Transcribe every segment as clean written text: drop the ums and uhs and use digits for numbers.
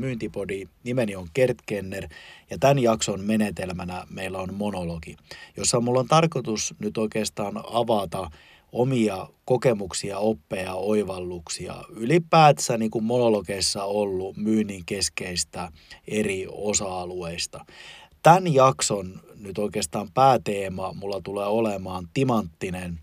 myyntipodi. Nimeni on Gert Kenner ja tämän jakson menetelmänä meillä on monologi, jossa mulla on tarkoitus nyt oikeastaan avata omia kokemuksia, oppeja, oivalluksia. Ylipäätänsä niin kuin monologeissa ollut myynnin keskeistä eri osa-alueista. Tämän jakson nyt oikeastaan pääteema mulla tulee olemaan timanttinen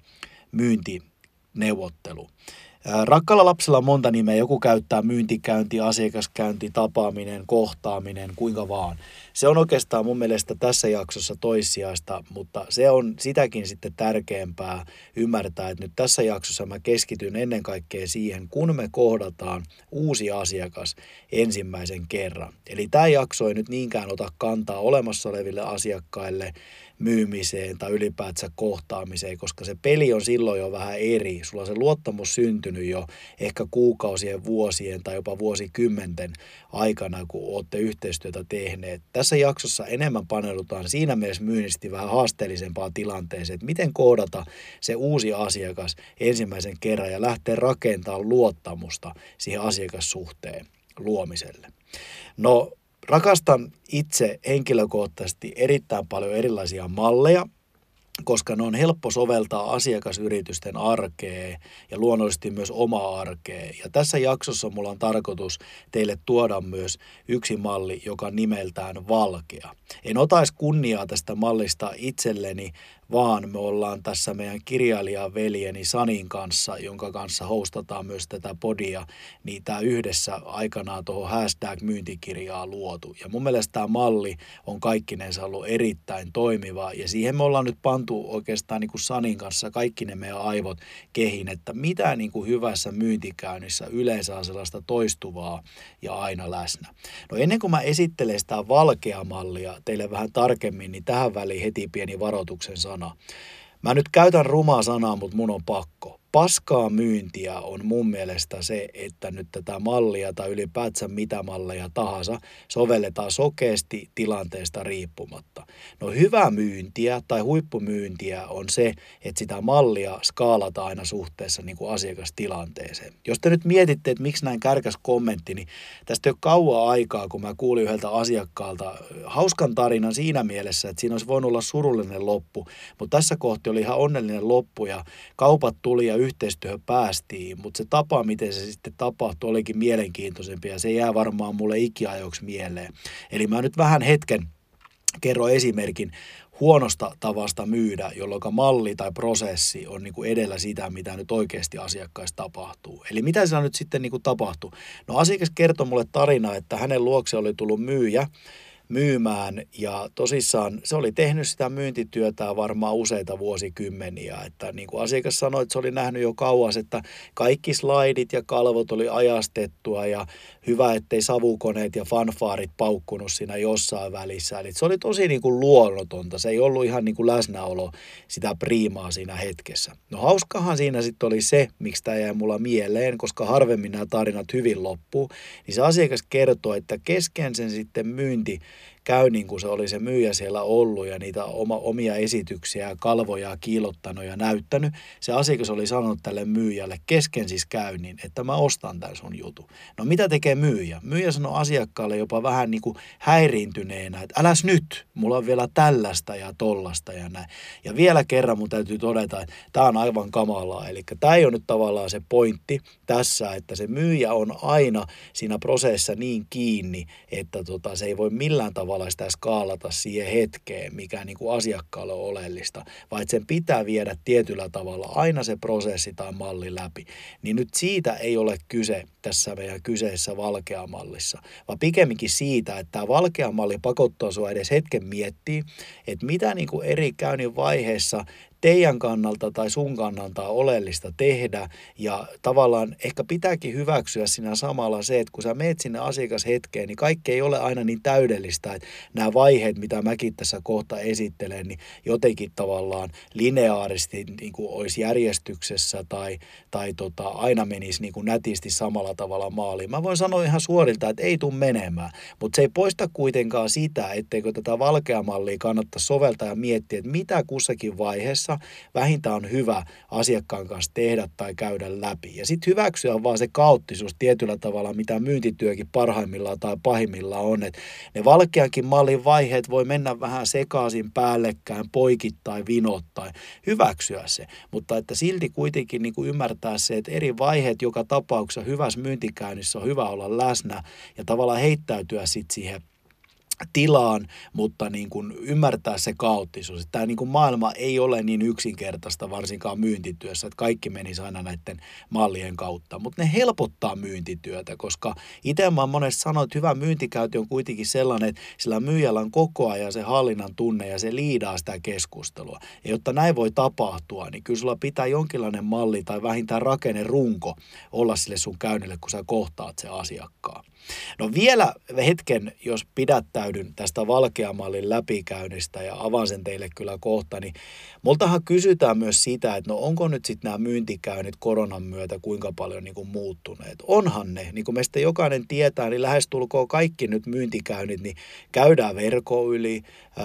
myyntineuvottelu. Rakkaalla lapsella on monta nimeä. Joku käyttää myyntikäynti, asiakaskäynti, tapaaminen, kohtaaminen, kuinka vaan. Se on oikeastaan mun mielestä tässä jaksossa toissijaista, mutta se on sitäkin sitten tärkeämpää ymmärtää, että nyt tässä jaksossa mä keskityn ennen kaikkea siihen, kun me kohdataan uusi asiakas ensimmäisen kerran. Eli tämä jakso ei nyt niinkään ota kantaa olemassa oleville asiakkaille, myymiseen tai ylipäätänsä kohtaamiseen, koska se peli on silloin jo vähän eri. Sulla on se luottamus syntynyt jo ehkä kuukausien, vuosien tai jopa vuosikymmenten aikana, kun olette yhteistyötä tehneet. Tässä jaksossa enemmän paneudutaan siinä mielessä myynnisesti vähän haasteellisempaan tilanteeseen, että miten kohdata se uusi asiakas ensimmäisen kerran ja lähteä rakentamaan luottamusta siihen asiakassuhteen luomiselle. No, rakastan itse henkilökohtaisesti erittäin paljon erilaisia malleja, koska ne on helppo soveltaa asiakasyritysten arkeen ja luonnollisesti myös omaa arkeen. Ja tässä jaksossa mulla on tarkoitus teille tuoda myös yksi malli, joka on nimeltään Valkea. En otaisi kunniaa tästä mallista itselleni, vaan me ollaan tässä meidän kirjailijaveljeni Sanin kanssa, jonka kanssa hostataan myös tätä podia, niin tämä yhdessä aikanaan tuohon #myyntikirjaa luotu. Ja mun mielestä tämä malli on kaikkinensa ollut erittäin toimiva, ja siihen me ollaan nyt pantu oikeastaan niin kuin Sanin kanssa kaikki ne meidän aivot kehin, että mitä niin kuin hyvässä myyntikäynnissä yleensä on sellaista toistuvaa ja aina läsnä. No ennen kuin mä esittelen sitä Valkea-mallia teille vähän tarkemmin, niin tähän väliin heti pieni varoituksen sana. Mä nyt käytän rumaa sanaa, mutta mun on pakko. Paskaa myyntiä on mun mielestä se, että nyt tätä mallia tai ylipäätänsä mitä malleja tahansa sovelletaan sokeasti tilanteesta riippumatta. No hyvä myyntiä tai huippumyyntiä on se, että sitä mallia skaalataan aina suhteessa niin kuin asiakastilanteeseen. Jos te nyt mietitte, että miksi näin kärkäs kommentti, niin tästä ei ole kauan aikaa, kun mä kuulin yhdeltä asiakkaalta hauskan tarinan siinä mielessä, että siinä olisi voinut olla surullinen loppu, mutta tässä kohti oli ihan onnellinen loppu ja kaupat tuli ja yhteistyöhön päästiin, mutta se tapa, miten se sitten tapahtui, olikin mielenkiintoisempi ja se jää varmaan mulle ikiajoiksi mieleen. Eli mä nyt vähän hetken kerron esimerkin huonosta tavasta myydä, jolloin malli tai prosessi on niin kuin edellä sitä, mitä nyt oikeasti asiakkaissa tapahtuu. Eli mitä siellä nyt sitten niin kuin tapahtui? No asiakas kertoi mulle tarina, että hänen luokse oli tullut myyjä myymään ja tosissaan se oli tehnyt sitä myyntityötä varmaan useita vuosikymmeniä, että niin kuin asiakas sanoi, että se oli nähnyt jo kauas, että kaikki slaidit ja kalvot oli ajastettua ja hyvä, ettei savukoneet ja fanfaarit paukkunut siinä jossain välissä, eli se oli tosi niin kuin luonnotonta, se ei ollut ihan niin kuin läsnäolo sitä priimaa siinä hetkessä. No hauskahan siinä sitten oli se, miksi tämä jäi mulla mieleen, koska harvemmin nämä tarinat hyvin loppuu, niin se asiakas kertoi, että kesken sen sitten myynti käy niin kuin se oli se myyjä siellä ollut ja niitä omia esityksiä ja kalvoja kiilottanut ja näyttänyt. Se asiakas oli sanonut tälle myyjälle kesken siis käynnin, että mä ostan tämän sun jutun. No mitä tekee myyjä? Myyjä sanoi asiakkaalle jopa vähän niin kuin häiriintyneenä, että äläs nyt, mulla on vielä tällaista ja tollasta ja näin. Ja vielä kerran mun täytyy todeta, että tämä on aivan kamalaa. Eli tämä ei ole nyt tavallaan se pointti tässä, että se myyjä on aina siinä prosessissa niin kiinni, että se ei voi millään tavalla sitä skaalata siihen hetkeen, mikä niin kuin asiakkaalle on oleellista, vaan että sen pitää viedä tietyllä tavalla aina se prosessi tai malli läpi. Niin nyt siitä ei ole kyse tässä meidän kyseessä Valkea-mallissa, vaan pikemminkin siitä, että tämä Valkea-malli pakottaa sinua edes hetken miettiä, että mitä niin kuin eri käynnin vaiheessa teidän kannalta tai sun kannalta on oleellista tehdä ja tavallaan ehkä pitääkin hyväksyä siinä samalla se, että kun sä meet sinne asiakashetkeen, niin kaikki ei ole aina niin täydellistä, että nämä vaiheet, mitä mäkin tässä kohta esittelen, niin jotenkin tavallaan lineaarisesti niin kuin olisi järjestyksessä tai aina menisi niin kuin nätisti samalla tavalla maaliin. Mä voin sanoa ihan suorilta, että ei tule menemään, mutta se ei poista kuitenkaan sitä, etteikö tätä Valkea-mallia kannattaisi soveltaa ja miettiä, että mitä kussakin vaiheessa kanssa. Vähintään on hyvä asiakkaan kanssa tehdä tai käydä läpi. Ja sitten hyväksyä vaan se kaoottisuus tietyllä tavalla, mitä myyntityökin parhaimmillaan tai pahimmillaan on. Että ne valkeankin mallin vaiheet voi mennä vähän sekaisin, päällekkäin, poikittain, vinottain. Hyväksyä se, mutta että silti kuitenkin niin kuin ymmärtää se, että eri vaiheet joka tapauksessa hyvässä myyntikäynnissä on hyvä olla läsnä ja tavallaan heittäytyä sitten siihen tilaan, mutta niin kuin ymmärtää se kaoottisuus. Tämä niin kuin maailma ei ole niin yksinkertaista, varsinkaan myyntityössä, että kaikki menisi aina näiden mallien kautta. Mutta ne helpottaa myyntityötä, koska itse mä oon monesti sanonut, että hyvä myyntikäynti on kuitenkin sellainen, että sillä myyjällä on koko ajan se hallinnan tunne ja se liidaa sitä keskustelua. Ja jotta näin voi tapahtua, niin kyllä sulla pitää jonkinlainen malli tai vähintään rakennerunko olla sille sun käynnille, kun sä kohtaat se asiakkaan. No vielä hetken, jos pidättäydyn tästä valkeamallin läpikäynnistä ja avaan sen teille kyllä kohta, niin multahan kysytään myös sitä, että no onko nyt sitten nämä myyntikäynnit koronan myötä kuinka paljon niin kuin muuttuneet. Onhan ne, niin kuin meistä jokainen tietää, niin lähestulkoon kaikki nyt myyntikäynnit, niin käydään verkon yli,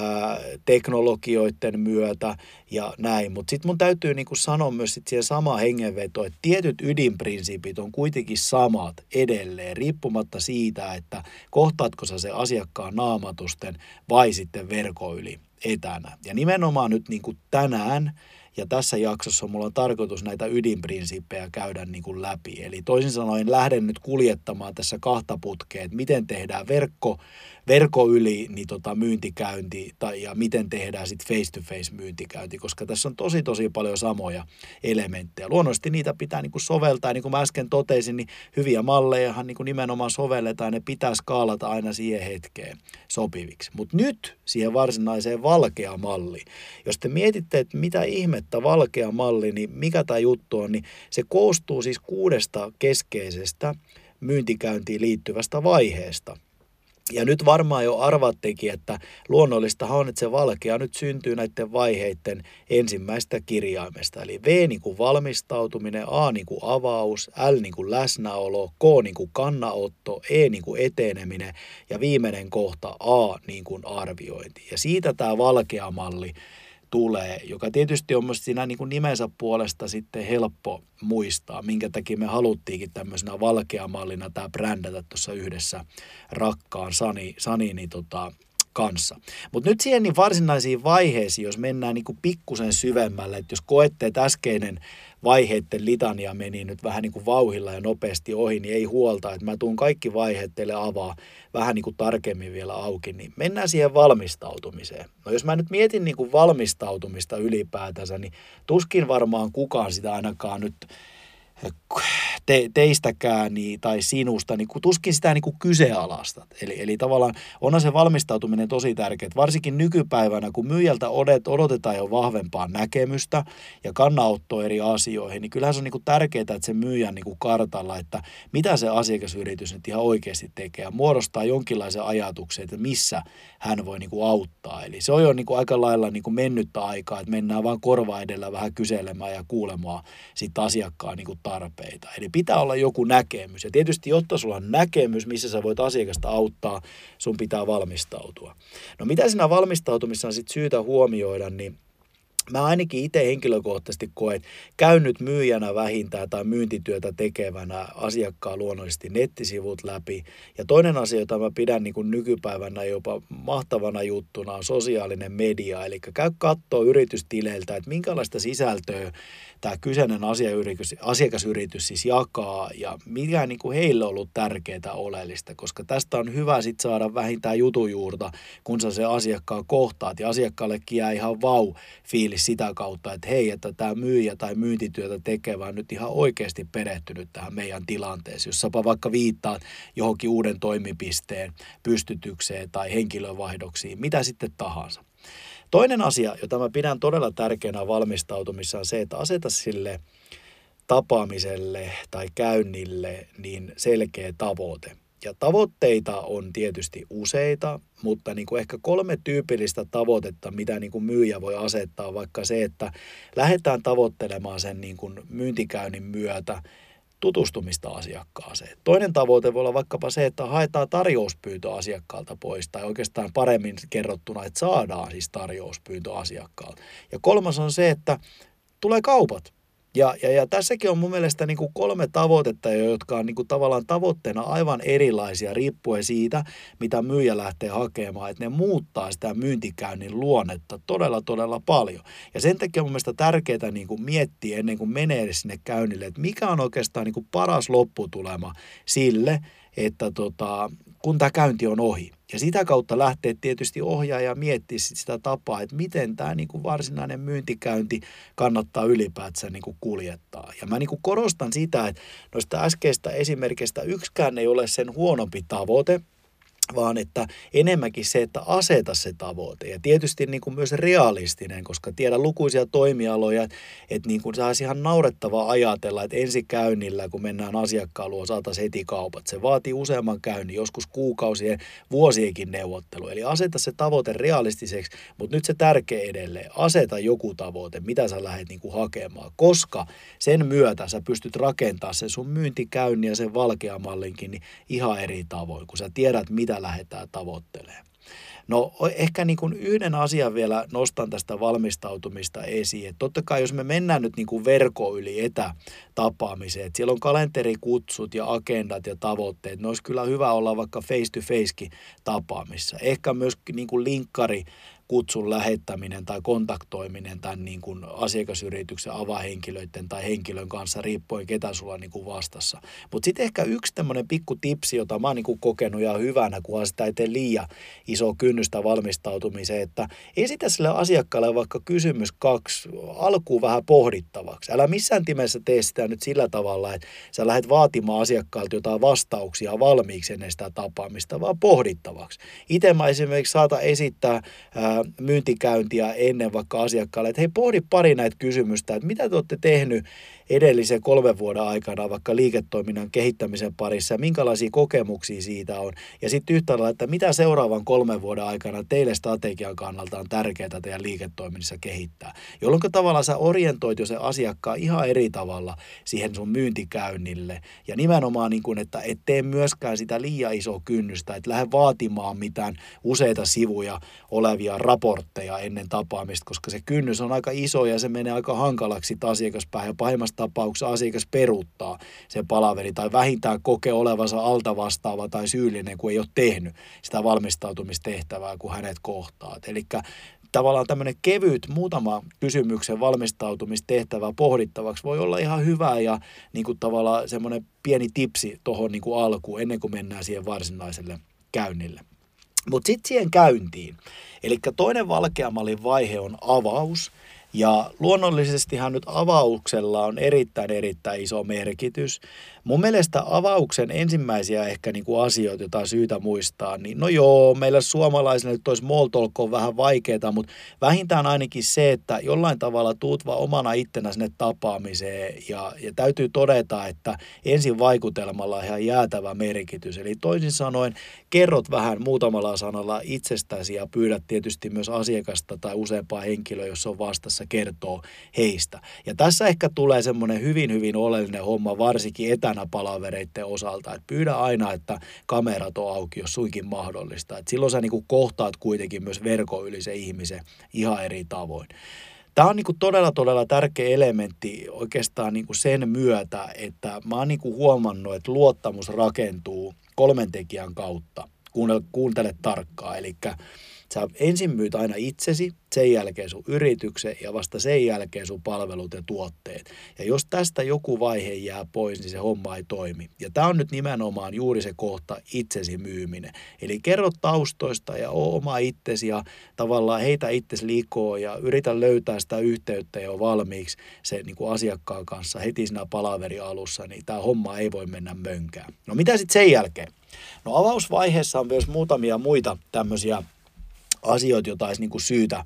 teknologioiden myötä ja näin. Mutta sitten mun täytyy niin kuin sanoa myös sit siihen samaan hengenvetoon, että tietyt ydinprinsiipit on kuitenkin samat edelleen, riippumatta siitä, että kohtaatko sä se asiakkaan naamatusten vai sitten verkon yli etänä. Ja nimenomaan nyt niin kuin tänään ja tässä jaksossa mulla on tarkoitus näitä ydinprinsiippejä käydä niin kuin läpi. Eli toisin sanoen lähden nyt kuljettamaan tässä kahta putkea, että miten tehdään verkon yli niin myyntikäynti ja miten tehdään sitten face-to-face myyntikäynti, koska tässä on tosi paljon samoja elementtejä. Luonnollisesti niitä pitää niin kuin soveltaa, niin kuin mä äsken totesin, niin hyviä mallejahan niin kuin nimenomaan sovelletaan, ne pitää skaalata aina siihen hetkeen sopiviksi. Mutta nyt siihen varsinaiseen valkea malli. Jos te mietitte, että mitä ihmettä valkea malli, niin mikä tämä juttu on, niin se koostuu siis 6 keskeisestä myyntikäyntiin liittyvästä vaiheesta. Ja nyt varmaan jo arvattekin, että luonnollistahan on, että se valkea nyt syntyy näiden vaiheiden ensimmäistä kirjaimesta. Eli V niin kuin valmistautuminen, A niin kuin avaus, L niin kuin läsnäolo, K niin kuin kannanotto, E niin kuin eteneminen ja viimeinen kohta A niin kuin arviointi. Ja siitä tämä valkea malli tulee, joka tietysti on myös siinä niin kuin nimensä puolesta sitten helppo muistaa, minkä takia me haluttiinkin tämmöisenä valkeamallina tämä brändätä tuossa yhdessä rakkaan Sanini kanssa. Mutta nyt siihen niin varsinaisiin vaiheisiin, jos mennään niin kuin pikkusen syvemmälle, että jos koette, että äskeinen vaiheiden litania meni nyt vähän niin kuin vauhilla ja nopeasti ohi, niin ei huolta, että mä tuun kaikki vaiheet teille avaa vähän niin kuin tarkemmin vielä auki, niin mennään siihen valmistautumiseen. No jos mä nyt mietin niin kuin valmistautumista ylipäätänsä, niin tuskin varmaan kukaan sitä ainakaan nyt teistäkään tai sinusta, niin tuskin sitä niin kuin kyseenalaistat. Eli tavallaan onhan se valmistautuminen tosi tärkeää, varsinkin nykypäivänä, kun myyjältä odotetaan jo vahvempaa näkemystä ja kannanottoa eri asioihin, niin kyllähän se on niin kuin tärkeää, että se myyjän niin kuin kartalla, että mitä se asiakasyritys nyt ihan oikeasti tekee ja muodostaa jonkinlaisen ajatuksen, että missä hän voi niin kuin auttaa. Eli se on jo niin kuin aika lailla niin kuin mennyttä aikaa, että mennään vaan korva edellä vähän kyselemään ja kuulemaan sitten asiakkaan niin kuin tarpeita. Eli pitää olla joku näkemys. Ja tietysti, jotta sulla on näkemys, missä sä voit asiakasta auttaa, sun pitää valmistautua. No mitä siinä valmistautumissa on sitten syytä huomioida, niin mä ainakin itse henkilökohtaisesti koen, käyn nyt myyjänä vähintään tai myyntityötä tekevänä asiakkaan luonnollisesti nettisivut läpi. Ja toinen asia, jota mä pidän niin kuin nykypäivänä jopa mahtavana juttuna, on sosiaalinen media. Eli käy kattoo yritystileiltä, että minkälaista sisältöä tämä kyseinen asiakasyritys siis jakaa ja mikä niin kuin heille on ollut tärkeää oleellista, koska tästä on hyvä sitten saada vähintään jutujuurta, kun sä se asiakkaan kohtaat ja asiakkaallekin jää ihan fiilis sitä kautta, että hei, että tämä myyjä tai myyntityötä tekevä on nyt ihan oikeasti perehtynyt tähän meidän tilanteeseen, jos sä vaikka viittaat johonkin uuden toimipisteen pystytykseen tai henkilövaihdoksiin, mitä sitten tahansa. Toinen asia, jota mä pidän todella tärkeänä valmistautumissa, on se, että aseta sille tapaamiselle tai käynnille niin selkeä tavoite. Ja tavoitteita on tietysti useita, mutta niin kuin ehkä 3 tyypillistä tavoitetta, mitä niin kuin myyjä voi asettaa, vaikka se, että lähdetään tavoittelemaan sen niin kuin myyntikäynnin myötä tutustumista asiakkaaseen. Toinen tavoite voi olla vaikkapa se, että haetaan tarjouspyyntö asiakkaalta pois, tai oikeastaan paremmin kerrottuna, että saadaan siis tarjouspyyntö asiakkaalta. Ja kolmas on se, että tulee kaupat. Ja tässäkin on mun mielestä niin kuin 3 tavoitetta, jotka on niin kuin tavallaan tavoitteena aivan erilaisia riippuen siitä, mitä myyjä lähtee hakemaan. Että ne muuttaa sitä myyntikäynnin luonnetta todella paljon. Ja sen takia on mun mielestä tärkeää niin kuin miettiä ennen kuin menee sinne käynnille, että mikä on oikeastaan niin kuin paras lopputulema sille, että kun tämä käynti on ohi. Ja sitä kautta lähtee tietysti ohjaaja miettiä sitä tapaa, että miten tämä niin kuin varsinainen myyntikäynti kannattaa ylipäätään niin kuin kuljettaa. Ja mä niin kuin korostan sitä, että noista äskeistä esimerkistä yksikään ei ole sen huonompi tavoite, vaan että enemmänkin se, että aseta se tavoite. Ja tietysti niin kuin myös realistinen, koska tiedän lukuisia toimialoja, että niin kuin se olisi ihan naurettavaa ajatella, että ensikäynnillä, kun mennään asiakkaan luo, saataisiin heti kaupat. Se vaatii useamman käynnin, joskus kuukausien, vuosienkin neuvottelu. Eli aseta se tavoite realistiseksi, mutta nyt se tärkeä edelleen, aseta joku tavoite, mitä sä lähdet niin kuin hakemaan, koska sen myötä sä pystyt rakentamaan sen sun myyntikäynnin ja sen valkeamallinkin niin ihan eri tavoin, kun sä tiedät, mitä lähdetään tavoittelemaan. No ehkä niin kuin yhden asian vielä nostan tästä valmistautumista esiin. Että totta kai jos me mennään nyt niin kuin verkon yli etätapaamiseen, että siellä on kalenterikutsut ja agendat ja tavoitteet, ne olisi kyllä hyvä olla vaikka face-to-facekin tapaamissa. Ehkä myös niin kuin linkkari kutsun lähettäminen tai kontaktoiminen tämän niin kuin asiakasyrityksen avainhenkilöiden tai henkilön kanssa, riippuen ketä sulla on niin kuin vastassa. Mutta sitten ehkä yksi tämmöinen pikku tipsi, jota mä oon niin kuin kokenut ihan hyvänä, kunhan sitä ei tee liian iso kynnystä valmistautumiseen, että esitä sille asiakkaalle vaikka kysymys 2 alkuun vähän pohdittavaksi. Älä missään nimessä tee sitä nyt sillä tavalla, että sä lähdet vaatimaan asiakkaalta jotain vastauksia valmiiksi ennen sitä tapaamista, vaan pohdittavaksi. Itse mä esimerkiksi saatan esittää myyntikäyntiä ennen vaikka asiakkaalle, että hei, pohdi pari näitä kysymystä, että mitä te olette tehnyt edellisen 3 vuoden aikana vaikka liiketoiminnan kehittämisen parissa ja minkälaisia kokemuksia siitä on. Ja sitten yhtä lailla, että mitä seuraavan 3 vuoden aikana teille strategian kannalta on tärkeää teidän liiketoiminnassa kehittää. Jolloin tavallaan sä orientoit jo sen asiakkaan ihan eri tavalla siihen sun myyntikäynnille. Ja nimenomaan, niin kuin, että et tee myöskään sitä liian isoa kynnystä, että lähde vaatimaan mitään useita sivuja olevia raportteja ennen tapaamista, koska se kynnys on aika iso ja se menee aika hankalaksi asiakaspäähän ja pahimmassa tapauksessa asiakas peruuttaa sen palaveri tai vähintään kokee olevansa altavastaava tai syyllinen, kun ei ole tehnyt sitä valmistautumistehtävää, kun hänet kohtaa. Eli tavallaan tämmöinen kevyt muutama kysymyksen valmistautumistehtävä pohdittavaksi voi olla ihan hyvä ja niin kuin tavallaan semmoinen pieni tipsi tuohon niin kuin alkuun ennen kuin mennään siihen varsinaiselle käynnille. Mutta sitten siihen käyntiin. Eli toinen valkeamallin vaihe on avaus. Ja luonnollisestihan nyt avauksella on erittäin iso merkitys. Mun mielestä avauksen ensimmäisiä ehkä niin kuin asioita, joita on syytä muistaa, niin no joo, meillä suomalaisille nyt toi small talk on vähän vaikeaa, mutta vähintään ainakin se, että jollain tavalla tuut vaan omana ittenä sinne tapaamiseen ja täytyy todeta, että ensin vaikutelmalla on ihan jäätävä merkitys. Eli toisin sanoen kerrot vähän muutamalla sanalla itsestäsi ja pyydät tietysti myös asiakasta tai useampaa henkilöä, jos on vastassa kertoo heistä. Ja tässä ehkä tulee semmoinen hyvin oleellinen homma, varsinkin etänä palavereiden osalta, että pyydä aina, että kamerat on auki, jos suinkin mahdollista. Että silloin sä niin kuin kohtaat kuitenkin myös verkon yli se ihmisen ihan eri tavoin. Tämä on niin kuin todella tärkeä elementti oikeastaan niin kuin sen myötä, että mä oon niin kuin huomannut, että luottamus rakentuu 3 tekijän kautta. Kuuntele tarkkaan, eli sä ensin myyt aina itsesi, sen jälkeen sun yrityksen ja vasta sen jälkeen sun palvelut ja tuotteet. Ja jos tästä joku vaihe jää pois, niin se homma ei toimi. Ja tämä on nyt nimenomaan juuri se kohta itsesi myyminen. Eli kerro taustoista ja oo oma itsesi ja tavallaan heitä itsesi likoon ja yritä löytää sitä yhteyttä jo valmiiksi se niin kuin asiakkaan kanssa heti siinä palaveri alussa, niin tämä homma ei voi mennä mönkään. No mitä sitten sen jälkeen? No avausvaiheessa on myös muutamia muita tämmöisiä asioita, joita olisi niin kuin syytä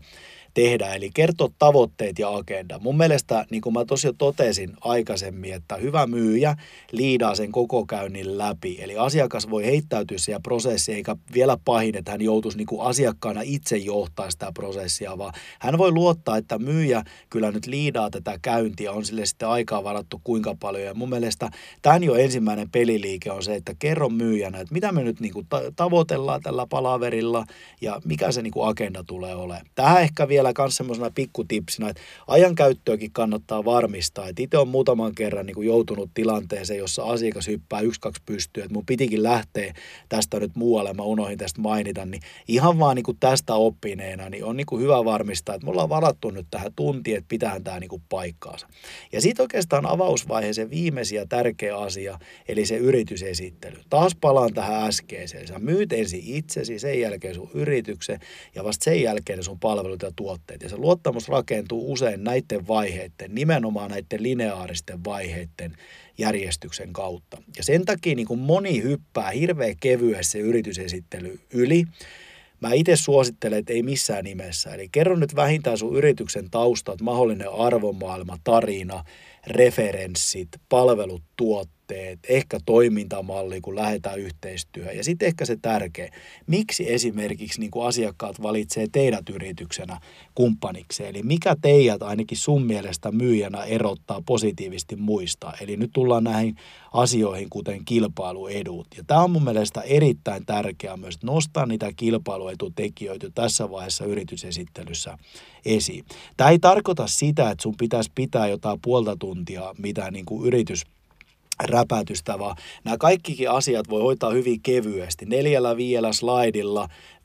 tehdä. Eli kertoa tavoitteet ja agenda. Mun mielestä, niin kuin mä tosiaan totesin aikaisemmin, että hyvä myyjä liidaa sen koko käynnin läpi. Eli asiakas voi heittäytyä siihen prosessiin, eikä vielä pahin, että hän joutuisi niin kuin asiakkaana itse johtaa sitä prosessia, vaan hän voi luottaa, että myyjä kyllä nyt liidaa tätä käyntiä, on sille sitten aikaa varattu kuinka paljon. Ja mun mielestä tämän jo ensimmäinen peliliike on se, että kerro myyjänä, että mitä me nyt niin kuin tavoitellaan tällä palaverilla ja mikä se niin kuin agenda tulee olemaan. Tähän ehkä vielä myös semmoisena pikkutipsinä, että ajankäyttöäkin kannattaa varmistaa. Että itse olen muutaman kerran niin kuin joutunut tilanteeseen, jossa asiakas hyppää 1-2 pystyyn, että mun pitikin lähteä tästä nyt muualle, mä unohdin tästä mainita, niin ihan vaan niin kuin tästä oppineena, niin on niin kuin hyvä varmistaa, että me ollaan varattu nyt tähän tuntiin, että pitäähän tämä niin kuin paikkaansa. Ja sitten oikeastaan avausvaihe se viimeisin ja tärkeä asia, eli se yritysesittely. Taas palaan tähän äskeiseen. Sä myyt ensin itsesi, sen jälkeen sun yrityksen ja vasta sen jälkeen sun palvelut ja tuotteet. Ja se luottamus rakentuu usein näiden vaiheiden, nimenomaan näiden lineaaristen vaiheiden järjestyksen kautta. Ja sen takia niin kuin moni hyppää hirveän kevyesti se yritysesittely yli. Mä itse suosittelen, että ei missään nimessä. Eli kerro nyt vähintään sun yrityksen taustat, mahdollinen arvomaailma, tarina, referenssit, palvelut, tuotteet, ehkä toimintamalli, kun lähdetään yhteistyöhön. Ja sitten ehkä se tärkeä, miksi esimerkiksi niin kuin asiakkaat valitsee teidät yrityksenä kumppanikseen. Eli mikä teidät ainakin sun mielestä myyjänä erottaa positiivisesti muista. Eli nyt tullaan näihin asioihin, kuten kilpailuedut. Ja tämä on mun mielestä erittäin tärkeää myös nostaa niitä kilpailuetutekijöitä tässä vaiheessa yritysesittelyssä esiin. Tämä ei tarkoita sitä, että sun pitäisi pitää jotain puolta tuntia mitään niin kuin räpätystä, vaan nämä kaikkikin asiat voi hoitaa hyvin kevyesti, 4-5 slaidilla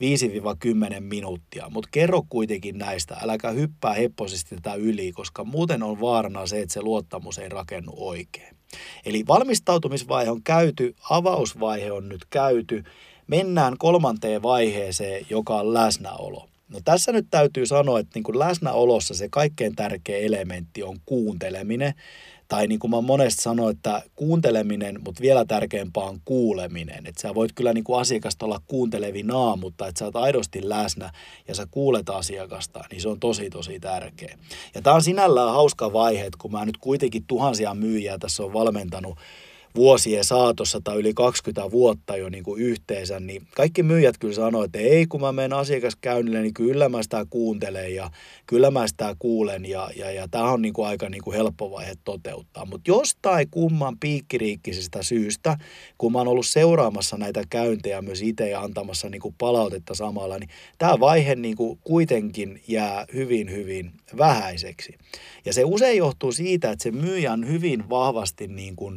5-10 minuuttia, mutta kerro kuitenkin näistä, äläkä hyppää hepposesti tätä yli, koska muuten on vaarana se, että se luottamus ei rakennu oikein. Eli valmistautumisvaihe on käyty, avausvaihe on nyt käyty, mennään 3. vaiheeseen, joka on läsnäolo. No tässä nyt täytyy sanoa, että niin kuin läsnäolossa se kaikkein tärkein elementti on kuunteleminen. Tai niin kuin mä monesti sanoin, että kuunteleminen, mutta vielä tärkeämpää on kuuleminen. Että sä voit kyllä niin kuin asiakasta olla kuuntelevinaan, mutta että sä oot aidosti läsnä ja sä kuulet asiakasta, niin se on tosi tärkeä. Ja tää on sinällään hauska vaihe, että kun mä nyt kuitenkin tuhansia myyjiä tässä on valmentanut vuosien saatossa tai yli 20 vuotta jo niin kuin yhteensä, niin kaikki myyjät kyllä sanoo, että ei, kun mä menen asiakaskäynnille, niin kyllä mä sitä kuuntelen ja kyllä mä sitä kuulen ja tämä on niin kuin aika niin kuin helppo vaihe toteuttaa. Mutta jostain kumman piikkiriikkisestä syystä, kun mä oon ollut seuraamassa näitä käyntejä myös itse ja antamassa niin kuin palautetta samalla, niin tämä vaihe niin kuin kuitenkin jää hyvin vähäiseksi. Ja se usein johtuu siitä, että se myyjä on hyvin vahvasti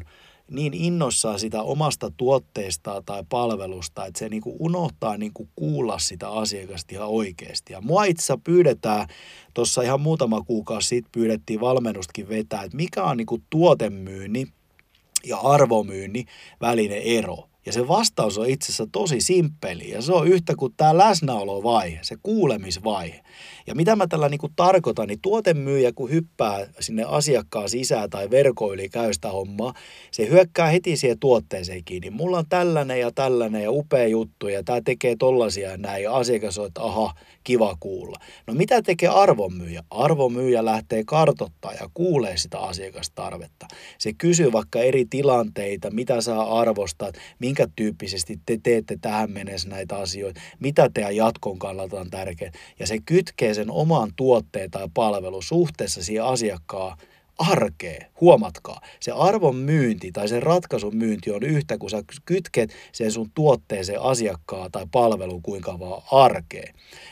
niin innoissaan sitä omasta tuotteesta tai palvelusta, että se niinku unohtaa niinku kuulla sitä asiakasta ihan oikeasti. Ja mua itse pyydetään, tuossa ihan muutama kuukausi sitten pyydettiin valmennustakin vetää, että mikä on niinku tuotemyynnin ja arvomyynnin välinen ero. Ja se vastaus on itse asiassa tosi simppeli ja se on yhtä kuin tämä läsnäolovaihe, se kuulemisvaihe. Ja mitä mä tällä niin kuin tarkoitan, niin tuotemyyjä kun hyppää sinne asiakkaan sisään tai verkon yli käy sitä hommaa, se hyökkää heti siihen tuotteeseen kiinni. Mulla on tällainen ja upea juttu ja tämä tekee tollaisia ja näin ja asiakas on, että aha, kiva kuulla. No mitä tekee arvomyyjä? Arvomyyjä lähtee kartoittaa ja kuulee sitä asiakastarvetta. Se kysyy vaikka eri tilanteita, mitä sä arvostat, minkä tyyppisesti te teette tähän mennessä näitä asioita, mitä teidän jatkon kannalta on tärkeää. Ja se kytkee sen oman tuotteen tai palvelun suhteessa siihen asiakkaan arkeen. Huomatkaa, se arvon myynti tai sen ratkaisun myynti on yhtä, kun sä kytket sen sun tuotteeseen asiakkaan tai palvelun kuinka vaan arkeen.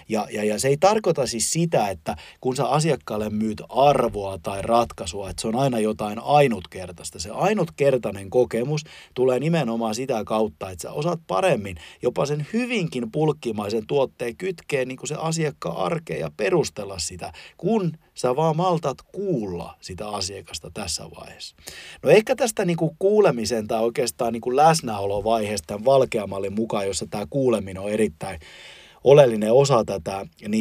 Ja se ei tarkoita siis sitä, että kun sä asiakkaalle myyt arvoa tai ratkaisua, että se on aina jotain ainutkertaista. Se ainutkertainen kokemus tulee nimenomaan sitä kautta, että sä osaat paremmin jopa sen hyvinkin pulkkimaisen tuotteen kytkee niin kuin se asiakkaan arkeen ja perustella sitä, kun sä vaan maltat kuulla sitä asiakasta tässä vaiheessa. No ehkä tästä niin kuin kuulemisen tai oikeastaan niin kuin läsnäolovaiheesta tämän valkeamallin mukaan, jossa tämä kuuleminen on erittäin oleellinen osa tätä, niin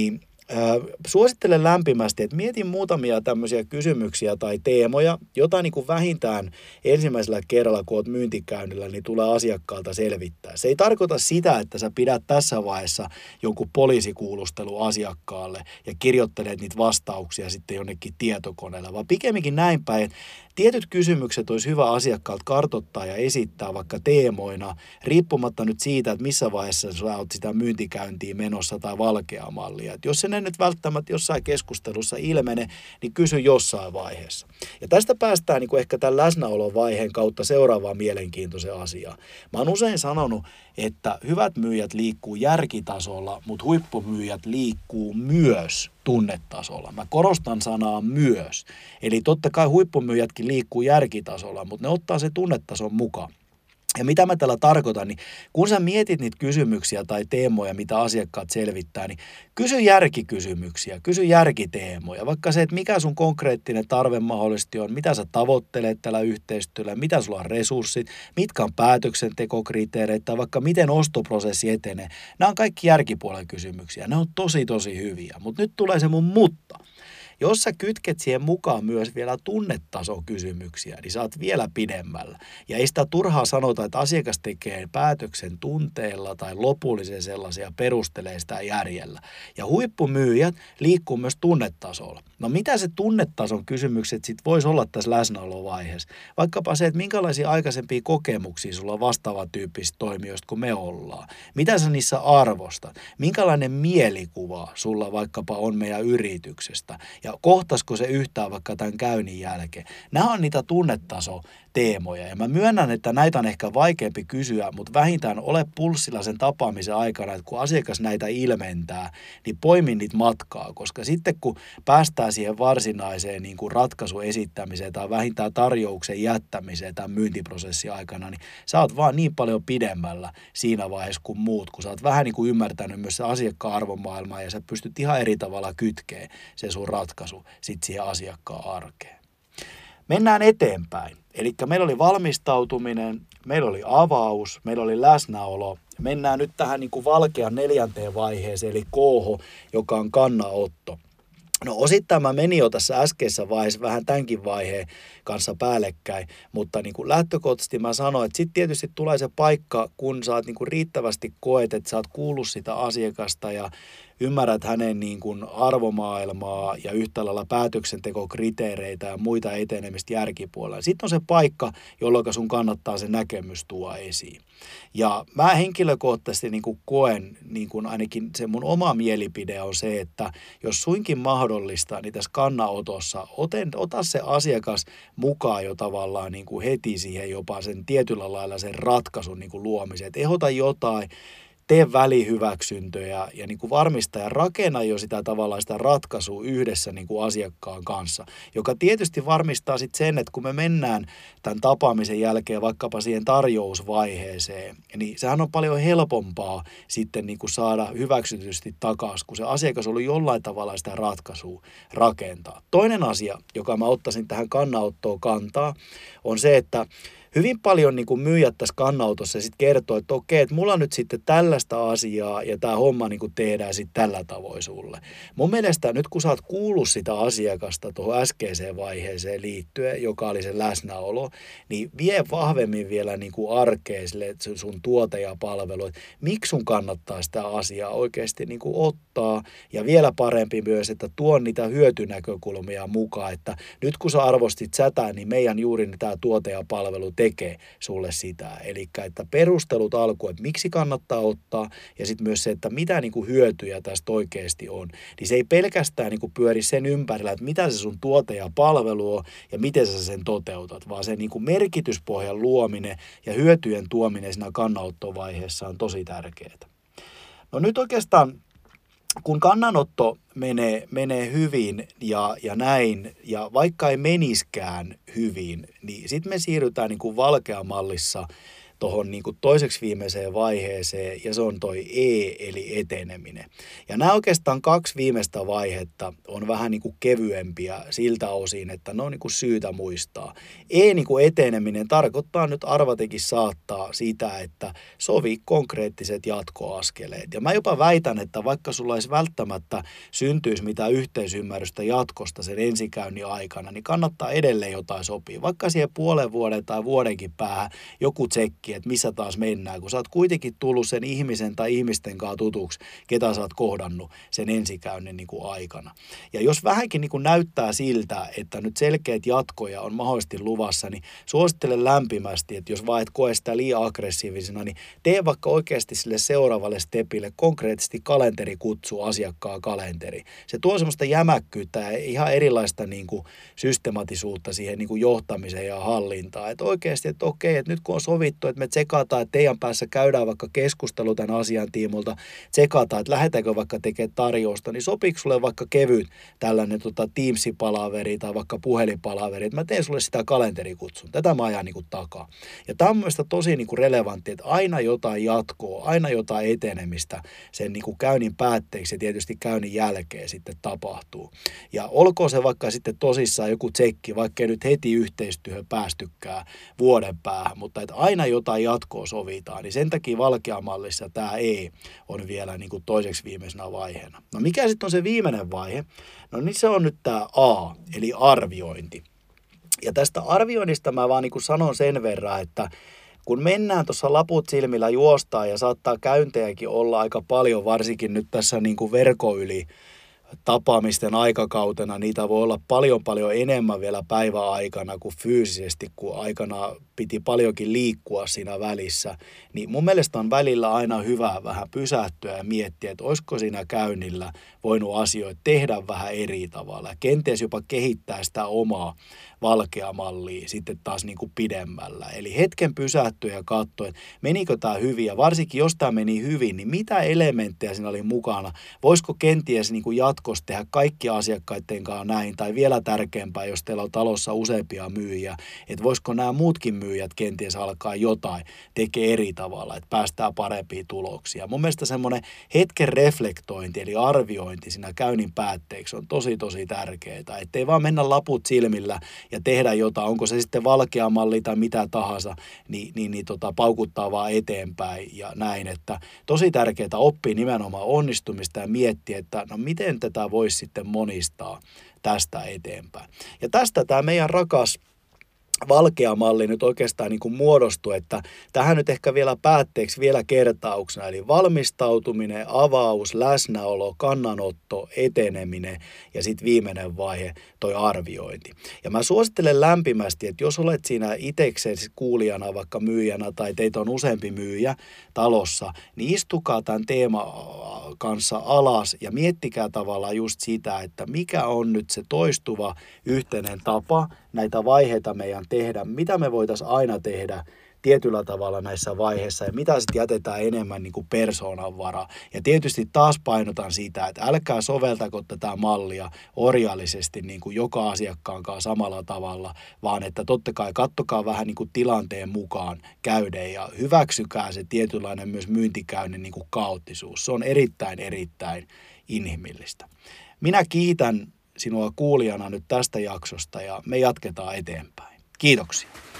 Suosittelen lämpimästi, että mietin muutamia tämmöisiä kysymyksiä tai teemoja, jota niin kuin vähintään ensimmäisellä kerralla, kun olet myyntikäynnillä, niin tulee asiakkaalta selvittää. Se ei tarkoita sitä, että sä pidät tässä vaiheessa jonkun poliisikuulustelu asiakkaalle ja kirjoittelet niitä vastauksia sitten jonnekin tietokoneella, vaan pikemminkin näin päin. Tietyt kysymykset olisi hyvä asiakkaalta kartoittaa ja esittää vaikka teemoina, riippumatta nyt siitä, että missä vaiheessa sä olet sitä myyntikäyntiä menossa tai valkeaa mallia. Et jos se ne nyt välttämättä jossain keskustelussa ilmene, niin kysy jossain vaiheessa. Ja tästä päästään niin kuin ehkä tämän läsnäolon vaiheen kautta seuraavaan mielenkiintoiseen asiaan. Mä oon usein sanonut, että hyvät myyjät liikkuu järkitasolla, mutta huippumyyjät liikkuu myös tunnetasolla. Mä korostan sanaa myös. Eli totta kai huippumyyjätkin liikkuu järkitasolla, mutta ne ottaa se tunnetason mukaan. Ja mitä mä tällä tarkoitan, niin kun sä mietit niitä kysymyksiä tai teemoja, mitä asiakkaat selvittää, niin kysy järkikysymyksiä, kysy järkiteemoja. Vaikka se, että mikä sun konkreettinen tarve mahdollisesti on, mitä sä tavoittelet tällä yhteistyöllä, mitä sulla on resurssit, mitkä on päätöksentekokriteereitä tai vaikka miten ostoprosessi etenee. Nämä on kaikki järkipuolen kysymyksiä. Ne on tosi hyviä, mutta nyt tulee se mun mutta. Jos sä kytket siihen mukaan myös vielä tunnetasokysymyksiä, niin sä oot vielä pidemmällä. Ja ei sitä turhaa sanota, että asiakas tekee päätöksen tunteella tai lopullisen sellaisia perustelee sitä järjellä. Ja huippumyyjät liikkuu myös tunnetasolla. No mitä se tunnetason kysymykset sitten voisi olla tässä läsnäolovaiheessa? Vaikkapa se, että minkälaisia aikaisempia kokemuksia sulla on vastaavan tyyppisistä toimijoista kuin me ollaan. Mitä sä niissä arvostat? Minkälainen mielikuva sulla vaikkapa on meidän yrityksestä? Ja kohtaisiko se yhtään vaikka tämän käynnin jälkeen? Nämä on niitä tunnetasoteemoja ja mä myönnän, että näitä on ehkä vaikeampi kysyä, mutta vähintään ole pulssilla sen tapaamisen aikana, että kun asiakas näitä ilmentää, niin poimi niitä matkaa, koska sitten kun päästään siihen varsinaiseen niin kuin ratkaisun esittämiseen tai vähintään tarjouksen jättämiseen tämän myyntiprosessin aikana, niin sä oot vaan niin paljon pidemmällä siinä vaiheessa kuin muut, kun sä oot vähän niin kuin ymmärtänyt myös se asiakkaan arvomaailmaa ja sä pystyt ihan eri tavalla kytkeen se sun ratkaisu sitten siihen asiakkaan arkeen. Mennään eteenpäin. Eli meillä oli valmistautuminen, meillä oli avaus, meillä oli läsnäolo. Mennään nyt tähän niin kuin valkean 4. vaiheeseen, eli K, joka on kannanotto. No osittain mä menin jo tässä äskeisessä vaiheessa vähän tämänkin vaiheen kanssa päällekkäin, mutta niin kuin lähtökohtaisesti mä sanoin, että sitten tietysti tulee se paikka, kun sä oot niin kuin riittävästi koet, että sä oot kuullut sitä asiakasta ja ymmärrät hänen niin kuin arvomaailmaa ja yhtä lailla päätöksentekokriteereitä ja muita etenemistä järkipuolella. Sitten on se paikka, jolloin sun kannattaa se näkemys tuoda esiin. Ja mä henkilökohtaisesti niin kuin koen, niin kuin ainakin se mun oma mielipide on se, että jos suinkin mahdollista, niin tässä kannanotossa ota se asiakas mukaan jo tavallaan niin kuin heti siihen jopa sen tietyllä lailla sen ratkaisun niin kuin luomiseen. Et ehdota jotain, tee välihyväksyntöjä ja niin kuin varmista ja rakenna jo sitä tavallaan sitä ratkaisua yhdessä niin kuin asiakkaan kanssa, joka tietysti varmistaa sitten sen, että kun me mennään tämän tapaamisen jälkeen vaikkapa siihen tarjousvaiheeseen, niin sehän on paljon helpompaa sitten niin kuin saada hyväksytysti takaisin, kun se asiakas on ollut jollain tavalla sitä ratkaisua rakentaa. Toinen asia, joka mä ottaisin tähän kannanottoon kantaa, on se, että hyvin paljon niin kuin myyjät tässä kannanotossa sitten kertoo, että okei, että mulla on nyt sitten tällaista asiaa ja tämä homma niin kuin tehdään sitten tällä tavoin sulle. Mun mielestä nyt kun sä oot kuullut sitä asiakasta tuohon äskeiseen vaiheeseen liittyen, joka oli se läsnäolo, niin vie vahvemmin vielä niin kuin arkeen sille sun tuote ja palvelu, että miksi sun kannattaa sitä asiaa oikeasti niin kuin ottaa ja vielä parempi myös, että tuo niitä hyötynäkökulmia mukaan, että nyt kun sä arvostit sätä, niin meidän juuri tämä tuote ja palvelu tekee sulle sitä. Eli että perustelut alkuun, että miksi kannattaa ottaa ja sitten myös se, että mitä niin kuin hyötyjä tästä oikeasti on. Niin se ei pelkästään niin kuin pyöri sen ympärillä, että mitä se sun tuote ja palvelu on ja miten sä sen toteutat, vaan se niin kuin merkityspohjan luominen ja hyötyjen tuominen siinä kannanottovaiheessa on tosi tärkeää. No nyt oikeastaan kun kannanotto menee hyvin ja näin, ja vaikka ei meniskään hyvin, niin sitten me siirrytään niin kuin valkeamallissa tuohon niin kuin toiseksi viimeiseen vaiheeseen, ja se on toi E, eli eteneminen. Ja nämä oikeastaan 2 viimeistä vaihetta on vähän niin kuin kevyempiä siltä osin, että ne on niin kuin syytä muistaa. E, niin kuin eteneminen, tarkoittaa nyt arvatekin saattaa sitä, että sovi konkreettiset jatkoaskeleet. Ja mä jopa väitän, että vaikka sulla ei välttämättä syntyisi mitään yhteisymmärrystä jatkosta sen ensikäynnin aikana, niin kannattaa edelleen jotain sopia. Vaikka siihen puolen vuoden tai vuodenkin päähän joku tsekki, että missä taas mennään, kun sä oot kuitenkin tullut sen ihmisen tai ihmisten kanssa tutuksi, ketä sä oot kohdannut sen ensikäynnin niin kuin aikana. Ja jos vähänkin niin kuin näyttää siltä, että nyt selkeät jatkoja on mahdollisesti luvassa, niin suosittelen lämpimästi, että jos vaan et koe sitä liian aggressiivisena, niin tee vaikka oikeasti sille seuraavalle stepille konkreettisesti kalenterikutsu asiakkaan kalenteri. Se tuo semmoista jämäkkyyttä ja ihan erilaista niin kuin systematisuutta siihen niin kuin johtamiseen ja hallintaan. Että oikeasti, että okei, että nyt kun on sovittu, että me tsekataan, että teidän päässä käydään vaikka keskustelu tämän asian tiimolta, tsekataan, että lähdetäänkö vaikka tekemään tarjousta, niin sopiiko sulle vaikka kevyt tällainen Teams-palaveri tai vaikka puhelinpalaveri, että mä teen sulle sitä kalenterikutsun. Tätä mä ajan niin kuin takaa. Ja tämä on mielestäni tosi niin kuin relevantti, että aina jotain jatkoa, aina jotain etenemistä sen niin kuin käynnin päätteeksi ja tietysti käynnin jälkeen sitten tapahtuu. Ja olkoon se vaikka sitten tosissaan joku tsekki, vaikka ei nyt heti yhteistyöhön päästykään vuoden päähän, mutta että aina jotain jatkoa sovitaan, niin sen takia Valkea-mallissa tämä E on vielä niin kuin toiseksi viimeisenä vaiheena. No mikä sitten on se viimeinen vaihe? No niin se on nyt tämä A, eli arviointi. Ja tästä arvioinnista mä vaan niin kuin sanon sen verran, että kun mennään tuossa laput silmillä juostaan ja saattaa käyntejäkin olla aika paljon, varsinkin nyt tässä niin kuin verkon yli tapaamisten aikakautena, niitä voi olla paljon enemmän vielä päivän aikana kuin fyysisesti, kun aikana piti paljonkin liikkua siinä välissä, niin mun mielestä on välillä aina hyvä vähän pysähtyä ja miettiä, että olisiko siinä käynnillä voinut asioita tehdä vähän eri tavalla ja kenties jopa kehittää sitä omaa Valkea-mallia sitten taas niin kuin pidemmällä. Eli hetken pysähtyä ja katsoa, että menikö tämä hyvin ja varsinkin jos tämä meni hyvin, niin mitä elementtejä siinä oli mukana? Voisiko kenties niin kuin jatkossa tehdä kaikki asiakkaiden kanssa näin tai vielä tärkeämpää, jos teillä on talossa useampia myyjiä, että voisiko nämä muutkin myyjät kenties alkaa jotain tekee eri tavalla, että päästään parempia tuloksia. Mun mielestä semmoinen hetken reflektointi eli arviointi siinä käynnin päätteeksi on tosi tärkeää, ettei vaan mennä laput silmillä ja tehdä jotain, onko se sitten Valkea-malli tai mitä tahansa, niin paukuttaa vaan eteenpäin ja näin, että tosi tärkeää oppia nimenomaan onnistumista ja miettiä, että no miten tätä voisi sitten monistaa tästä eteenpäin. Ja tästä tämä meidän rakas Valkea-malli nyt oikeastaan niin kuin muodostui, että tähän nyt ehkä vielä päätteeksi vielä kertauksena, eli valmistautuminen, avaus, läsnäolo, kannanotto, eteneminen ja sitten viimeinen vaihe, toi arviointi. Ja mä suosittelen lämpimästi, että jos olet siinä itseksesi kuulijana, vaikka myyjänä tai teitä on useampi myyjä talossa, niin istukaa tämän teeman kanssa alas ja miettikää tavallaan just sitä, että mikä on nyt se toistuva yhteinen tapa näitä vaiheita meidän tehdä, mitä me voitaisiin aina tehdä tietyllä tavalla näissä vaiheissa ja mitä sitten jätetään enemmän niin kuin persoonan varaa. Ja tietysti taas painotan sitä, että älkää soveltako tätä mallia orjallisesti niin kuin joka asiakkaan kanssa samalla tavalla, vaan että totta kai kattokaa vähän niin kuin tilanteen mukaan käyden ja hyväksykää se tietynlainen myös myyntikäynnin niin kuin kaoottisuus. Se on erittäin inhimillistä. Minä kiitän sinua kuulijana nyt tästä jaksosta ja me jatketaan eteenpäin. Kiitoksia.